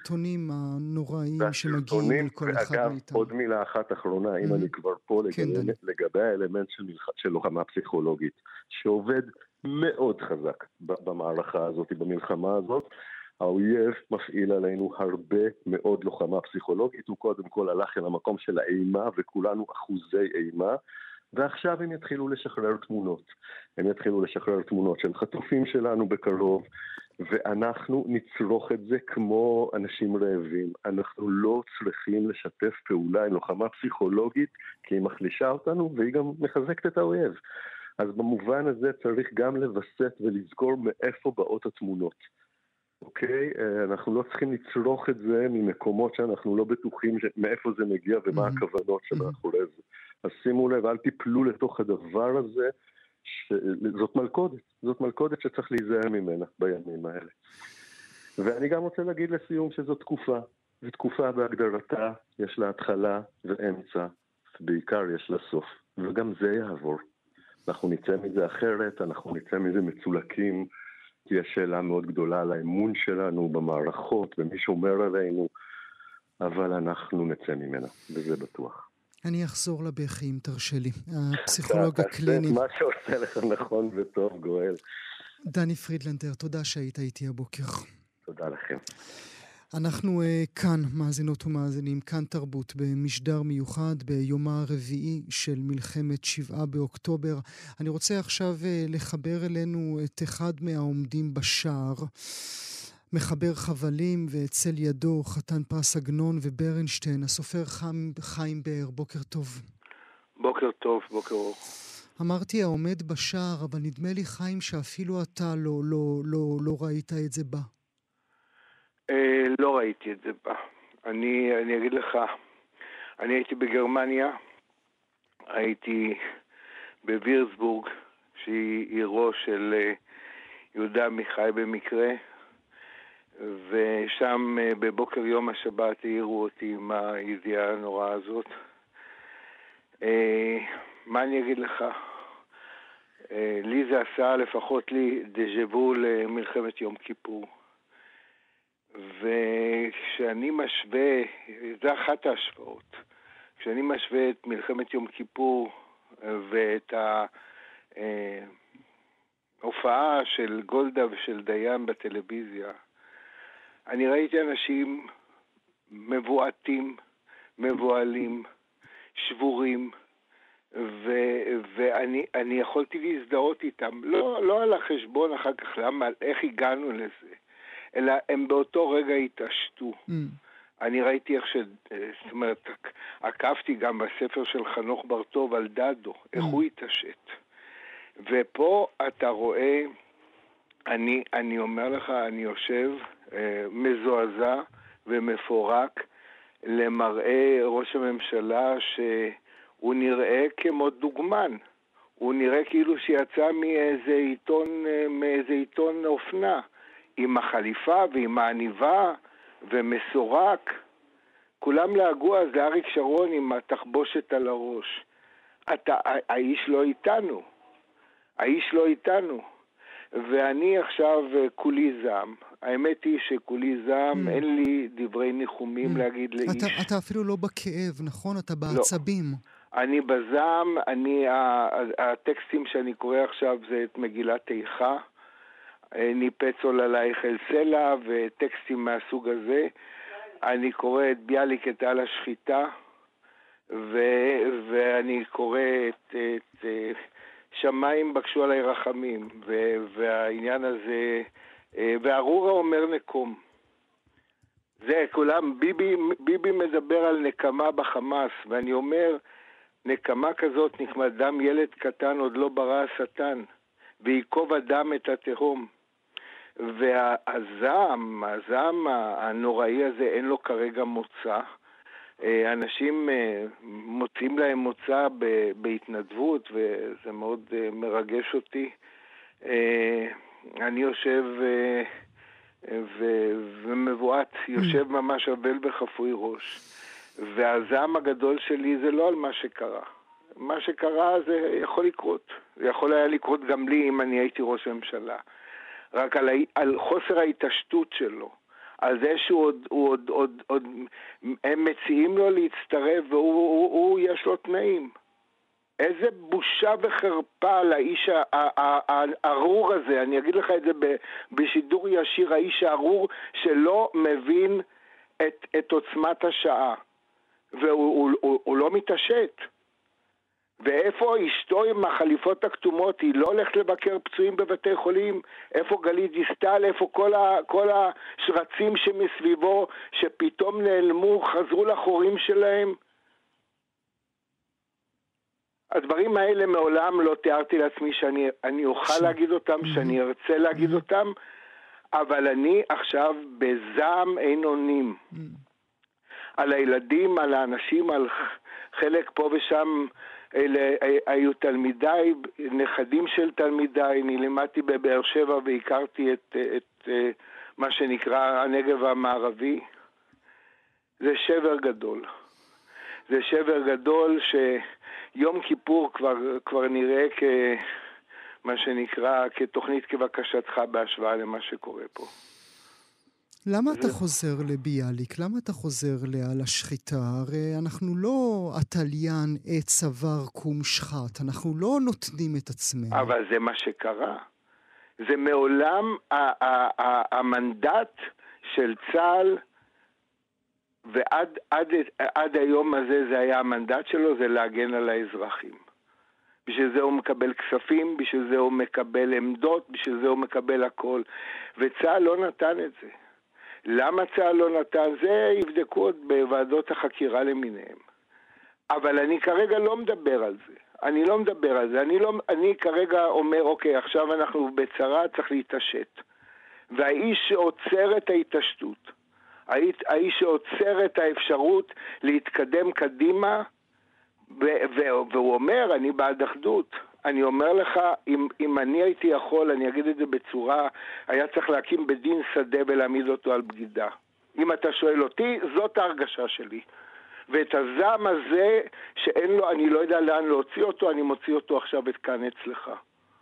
הנוראים שמגיעים אל כל אחד מאיתנו. ואגב, עוד מילה אחת אחרונה, אם אני כבר פה לגבי האלמנט של לוחמה פסיכולוגית, שעובד מאוד חזק במערכה הזאת, במלחמה הזאת. האויב מפעיל עלינו הרבה מאוד לוחמה פסיכולוגית, הוא קודם כל הלך אל המקום של האימה, וכולנו אחוזי אימה, ועכשיו הם יתחילו לשחרר תמונות. הם יתחילו לשחרר תמונות של חטופים שלנו בקרוב, ואנחנו נצרוך את זה כמו אנשים רעבים. אנחנו לא צריכים לשתף פעולה עם לוחמה פסיכולוגית, כי היא מחלישה אותנו, והיא גם מחזקת את האויב. אז במובן הזה צריך גם לבסט ולזכור מאיפה באות התמונות. אוקיי? אנחנו לא צריכים לצרוך את זה ממקומות שאנחנו לא בטוחים מאיפה זה מגיע ומה הכוונות שמאחורי זה. אז שימו לב, אל תיפלו לתוך הדבר הזה, זאת מלכודת שצריך להיזהר ממנה בימים האלה. ואני גם רוצה להגיד לסיום שזו תקופה, ותקופה בהגדרתה יש לה התחלה ואמצע, בעיקר יש לה סוף, וגם זה יעבור. אנחנו נצא מזה אחרת, אנחנו נצא מזה מצולקים, תהיה שאלה מאוד גדולה על האמון שלנו במערכות, במי שומר עלינו, אבל אנחנו נצא ממנה, וזה בטוח. אני אחזור לבכי, אם תרשה לי. הפסיכולוג הקליני. תעשה את מה שעושה לך נכון וטוב, גואל. דני פרידלנדר, תודה שהיית איתי הבוקר. תודה לכם. אנחנו כאן, מאזינות ומאזינים, כאן תרבות, במשדר מיוחד, ביומה הרביעי של מלחמת 7 באוקטובר. אני רוצה עכשיו לחבר אלינו את אחד מהעומדים בשער, מחבר חבלים, ואצל ידו חתן פרס עגנון וברנשטיין, הסופר חיים באר. בוקר טוב. בוקר טוב, בוקר אור. אמרתי העומד בשער, אבל נדמה לי חיים שאפילו אתה לא ראית את זה בה. לא ראיתי את זה בה. אני אגיד לך, אני הייתי בגרמניה, הייתי בווירצבורג, שהיא עירו של יהודה עמיחי במקרה, ושם בבוקר יום השבת העירו אותי עם הידיעה הנוראה הזאת. מה אני אגיד לך? לי זה עשה, לפחות לי, דז'ה-וו למלחמת יום כיפור. וכשאני משווה, זה אחת ההשוואות, כשאני משווה את מלחמת יום כיפור ואת ההופעה של גולדה ושל דיין בטלוויזיה, אני ראיתי אנשים מבועטים, מבועלים, שבורים, ואני יכולתי להזדהות איתם, לא על החשבון אחר כך, למה, איך הגענו לזה, אלא הם באותו רגע התעשתו. אני ראיתי איך זאת אומרת, עקבתי גם בספר של חנוך בר-טוב על דדו, איך הוא התעשת. ופה אתה רואה, אני אומר לך, אני יושב מזועזע ומפורק למראה ראש הממשלה שהוא נראה כמו דוגמן. הוא נראה כאילו שיצא מאיזה עיתון אופנה, עם החליפה ועם העניבה ומסורק. כולם להגו אז לאריק שרון עם התחבושת על הראש. האיש לא איתנו. האיש לא איתנו. ואני עכשיו כולי זעם. האמת היא שכולי זעם, אין לי דברי ניחומים להגיד לאיש. אתה אפילו לא בכאב, נכון? אתה בעצבים. לא. אני בזעם, הטקסטים שאני קורא עכשיו זה את מגילת איכה, ניפץ עוללייך אל סלע וטקסטים מהסוג הזה. אני קורא את ביאליק על השחיטה, ואני קורא את שמיים בקשו עליי רחמים, והעניין הזה, וארורה אומר נקום. זה כולם, ביבי מדבר על נקמה בחמאס, ואני אומר, נקמה כזאת נחמדם ילד קטן עוד לא ברא השטן, ויקוב אדם את התהום. והזעם הנוראי הזה אין לו כרגע מוצא. אנשים מוצאים להם מוצא בהתנדבות, וזה מאוד מרגש אותי. אני יושב ומבועט, יושב ממש אבל בחפוי ראש. והזעם הגדול שלי זה לא על מה שקרה. מה שקרה זה יכול לקרות. זה יכול היה לקרות גם לי אם אני הייתי ראש הממשלה. רק על חוסר ההתעשתות שלו, על זה שהוא עוד הם מציעים לו להצטרף, והוא יש לו תנאים. איזה בושה וחרפה לאיש הארור הזה, אני אגיד לך את זה בשידור ישיר, האיש הארור שלא מבין את עוצמת השעה, והוא לא מתעשת. ואיפה אשתו עם החליפות הכתומות? היא לא הולכת לבקר פצועים בבתי חולים? איפה גלית דיסטל? איפה כל השרצים שמסביבו שפתאום נעלמו, חזרו לחורים שלהם? הדברים האלה מעולם לא תיארתי לעצמי שאני אוכל להגיד אותם, שאני ארצה להגיד אותם, אבל אני עכשיו בזעם אין אונים. על הילדים, על האנשים, על חלק פה ושם, אלה היו תלמידיי, נכדים של תלמידיי, אני לימדתי בבאר שבע והכרתי את מה שנקרא הנגב המערבי. זה שבר גדול. זה שבר גדול שיום כיפור כבר נראה כמה שנקרא כתוכנית כבקשתך בהשוואה למה שקורה פה. למה אתה חוזר לביאליק? למה אתה חוזר על השחיטה? הרי אנחנו לא עתליין עת צוואר קום שחט. אנחנו לא נותנים את עצמנו. אבל זה מה שקרה. זה מעולם המנדט של צה"ל, ועד היום הזה זה היה המנדט שלו, זה להגן על האזרחים. בשביל זה הוא מקבל כספים, בשביל זה הוא מקבל עמדות, בשביל זה הוא מקבל הכל. וצה"ל לא נתן את זה. למה צה"ל לא נתן? זה יבדקו עוד בוועדות החקירה למיניהם. אבל אני כרגע לא מדבר על זה. אני לא מדבר על זה. אני כרגע אומר, אוקיי, עכשיו אנחנו בצרה, צריך להתעשת. והאיש שעוצר את ההתעשתות, האיש שעוצר את האפשרות להתקדם קדימה, והוא אומר, אני בעד אחדות. אני אומר לך, אם אני הייתי יכול, אני אגיד את זה בצורה, היה צריך להקים בדין שדה ולהעמיד אותו על בגידה. אם אתה שואל אותי, זאת ההרגשה שלי. ואת הזעם הזה, שאין לו, אני לא יודע לאן להוציא אותו, אני מוציא אותו עכשיו את כאן אצלך.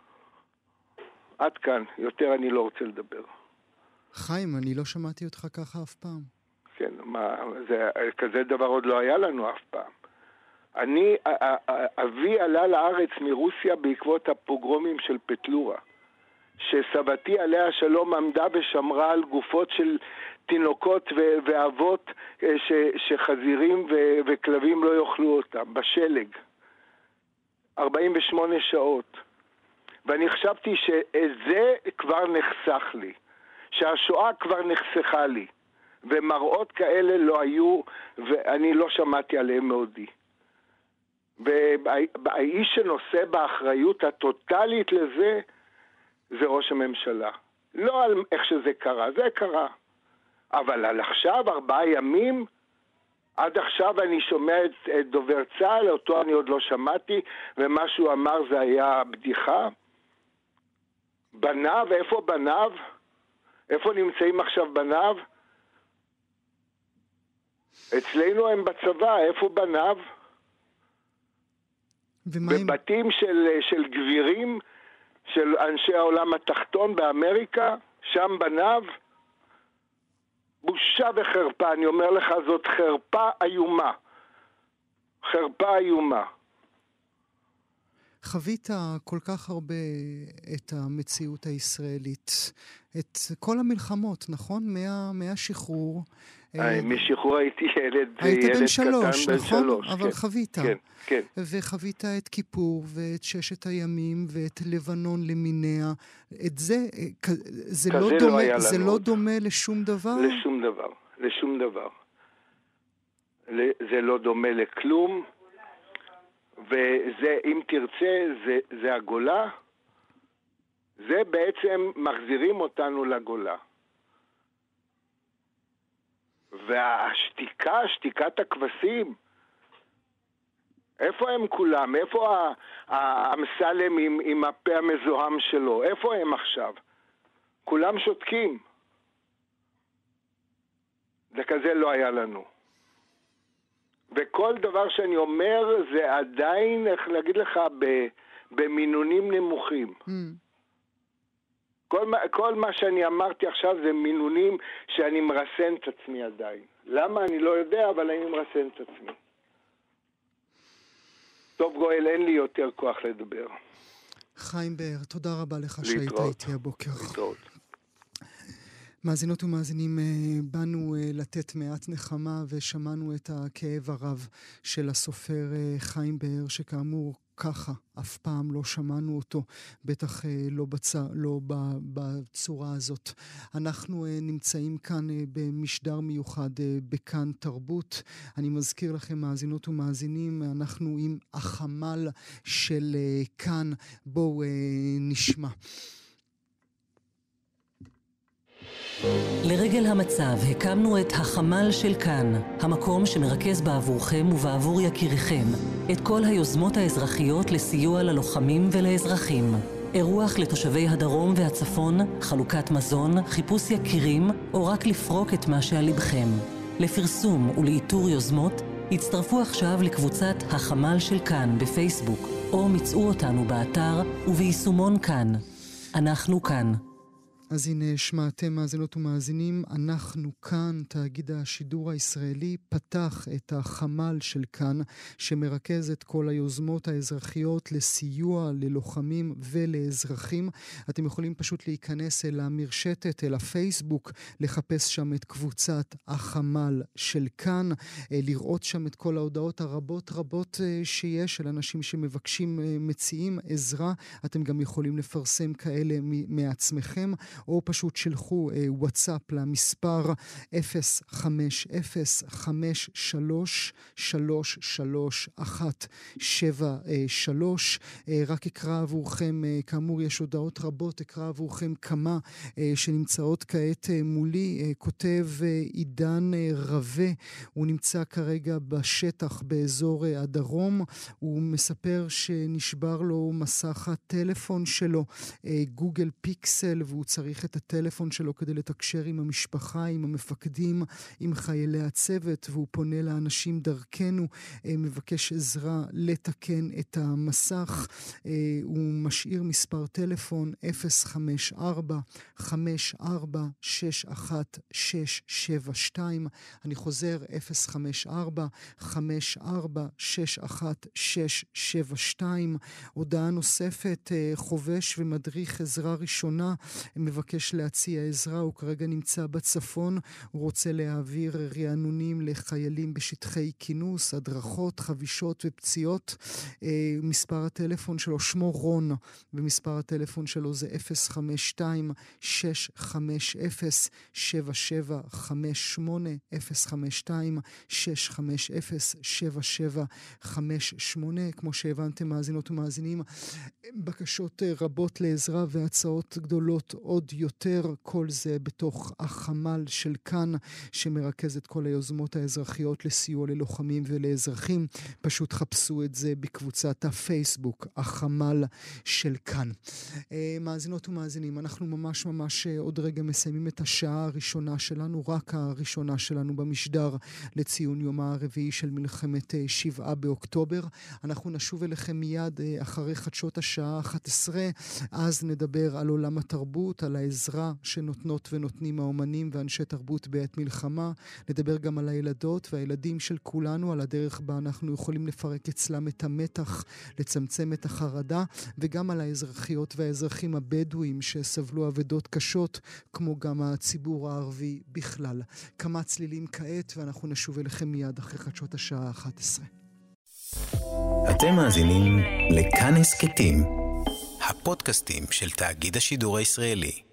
עד כאן, יותר אני לא רוצה לדבר. חיים, אני לא שמעתי אותך ככה אף פעם. כן, כזה דבר עוד לא היה לנו אף פעם. אבי עלה לארץ מרוסיה בעקבות הפוגרומים של פטלורה, שסבתי עליה השלום עמדה ושמרה על גופות של תינוקות ואבות שחזירים וכלבים לא יאכלו אותם, בשלג. 48 שעות. ואני חשבתי שזה כבר נחסך לי, שהשואה כבר נחסכה לי, ומראות כאלה לא היו, ואני לא שמעתי עליהם מעודי. והאיש שנושא באחריות הטוטלית לזה, זה ראש הממשלה. לא על איך שזה קרה, זה קרה. אבל על עכשיו, 4 ימים, עד עכשיו אני שומע את דובר צה"ל, אותו אני עוד לא שמעתי, ומה שהוא אמר זה היה בדיחה. בניו, איפה בניו? איפה נמצאים עכשיו בניו? אצלנו הם בצבא, איפה בניו? בבתים של גבירים, של אנשי העולם התחתון באמריקה, שם בניו. בושה וחרפה, אני אומר לך, זאת חרפה איומה. חרפה איומה. חווית כל כך הרבה את המציאות הישראלית, את כל המלחמות, נכון? מהשחרור. משחרור הייתי ילד היית בן 3, נכון? 3, אבל כן, חווית. כן, כן. וחווית את כיפור ואת 6 הימים ואת לבנון למיניה. את זה, זה לא דומה לשום דבר? לשום דבר, לשום דבר. זה לא דומה לכלום. וזה, אם תרצה, זה הגולה. זה בעצם מחזירים אותנו לגולה. והשתיקה, שתיקת הכבשים, איפה הם כולם? איפה האמסלם עם הפה המזוהם שלו? איפה הם עכשיו? כולם שותקים. וכזה לא היה לנו. וכל דבר שאני אומר זה עדיין, איך להגיד לך, במינונים נמוכים. כל כל מה שאני אמרתי עכשיו זה מינונים שאני מרסן את עצמי עדיין. למה? אני לא יודע, אבל אני מרסן את עצמי. טוב גואל, אין לי יותר כוח לדבר. חיים באר, תודה רבה לך שהיית איתי הבוקר. להתראות. מאזינות ומאזינים, באנו לתת מעט נחמה ושמענו את הכאב הרב של הסופר חיים באר, שכאמור ככה אף פעם לא שמענו אותו, בטח לא בצורה הזאת. אנחנו נמצאים כאן במשדר מיוחד בכאן תרבות. אני מזכיר לכם מאזינות ומאזינים, אנחנו עם החמ"ל של כאן. בואו נשמע. לרגל המצב הקמנו את החמ"ל של כאן, המקום שמרכז בעבורכם ובעבור יקיריכם את כל היוזמות האזרחיות לסיוע ללוחמים ולאזרחים. אירוח לתושבי הדרום והצפון, חלוקת מזון, חיפוש יקירים או רק לפרוק את מה שעל לבכם. לפרסום ולאיתור יוזמות, הצטרפו עכשיו לקבוצת החמ"ל של כאן בפייסבוק, או מצאו אותנו באתר וביישומון כאן. אנחנו כאן. אז הנה שמעתם מאזינות ומאזינים, אנחנו כאן, תאגיד השידור הישראלי פתח את החמ"ל של כאן, שמרכז את כל היוזמות האזרחיות לסיוע ללוחמים ולאזרחים. אתם יכולים פשוט להיכנס אל המרשתת, אל הפייסבוק, לחפש שם את קבוצת החמ"ל של כאן, לראות שם את כל ההודעות הרבות שיש של אנשים שמבקשים, מציעים עזרה. אתם גם יכולים לפרסם כאלה מעצמכם, או פשוט שלחו וואטסאפ למספר 050-533-33173. רק אקרא עבורכם, כאמור יש הודעות רבות, אקרא עבורכם כמה שנמצאות כעת מולי. כותב עידן רווה, הוא נמצא כרגע בשטח באזור הדרום, הוא מספר שנשבר לו מסך הטלפון שלו, גוגל פיקסל, והוא צריך את הטלפון שלו כדי לתקשר עם המשפחה, עם המפקדים, עם חיילי הצוות, והוא פונה לאנשים דרכנו, מבקש עזרה לתקן את המסך. הוא משאיר מספר טלפון 054-5461-672. אני חוזר, 054-5461-672. הודעה נוספת, חובש ומדריך עזרה ראשונה מבקש להציע עזרה, הוא כרגע נמצא בצפון, הוא רוצה להעביר רענונים לחיילים בשטחי כינוס, הדרכות, חבישות ופציעות. מספר הטלפון שלו, שמו רון, ומספר הטלפון שלו זה 052-650-7758, 052-650-7758. כמו שהבנתם מאזינות ומאזינים, בקשות רבות לעזרה והצעות גדולות עוד יותר, כל זה בתוך החמ"ל של כאן, שמרכז את כל היוזמות האזרחיות לסיוע ללוחמים ולאזרחים. פשוט חפשו את זה בקבוצת הפייסבוק, החמ"ל של כאן. מאזינות ומאזינים, אנחנו ממש עוד רגע מסיימים את השעה הראשונה שלנו, רק הראשונה שלנו במשדר לציון יום הרביעי של מלחמת 7 באוקטובר. אנחנו נשוב אליכם מיד אחרי חדשות השעה 11, אז נדבר על עולם התרבות, על העזרה שנותנות ונותנים האומנים ואנשי תרבות בעת מלחמה. נדבר גם על הילדות והילדים של כולנו, על הדרך בה אנחנו יכולים לפרק אצלם את המתח, לצמצם את החרדה, וגם על האזרחיות והאזרחים הבדואים שסבלו עבדות קשות, כמו גם הציבור הערבי בכלל. כמה צלילים כעת, ואנחנו נשוב אליכם מיד אחרי חדשות השעה 11. אתם מאזינים לכאן הסכתים, הפודקאסטים של תאגיד השידור הישראלי.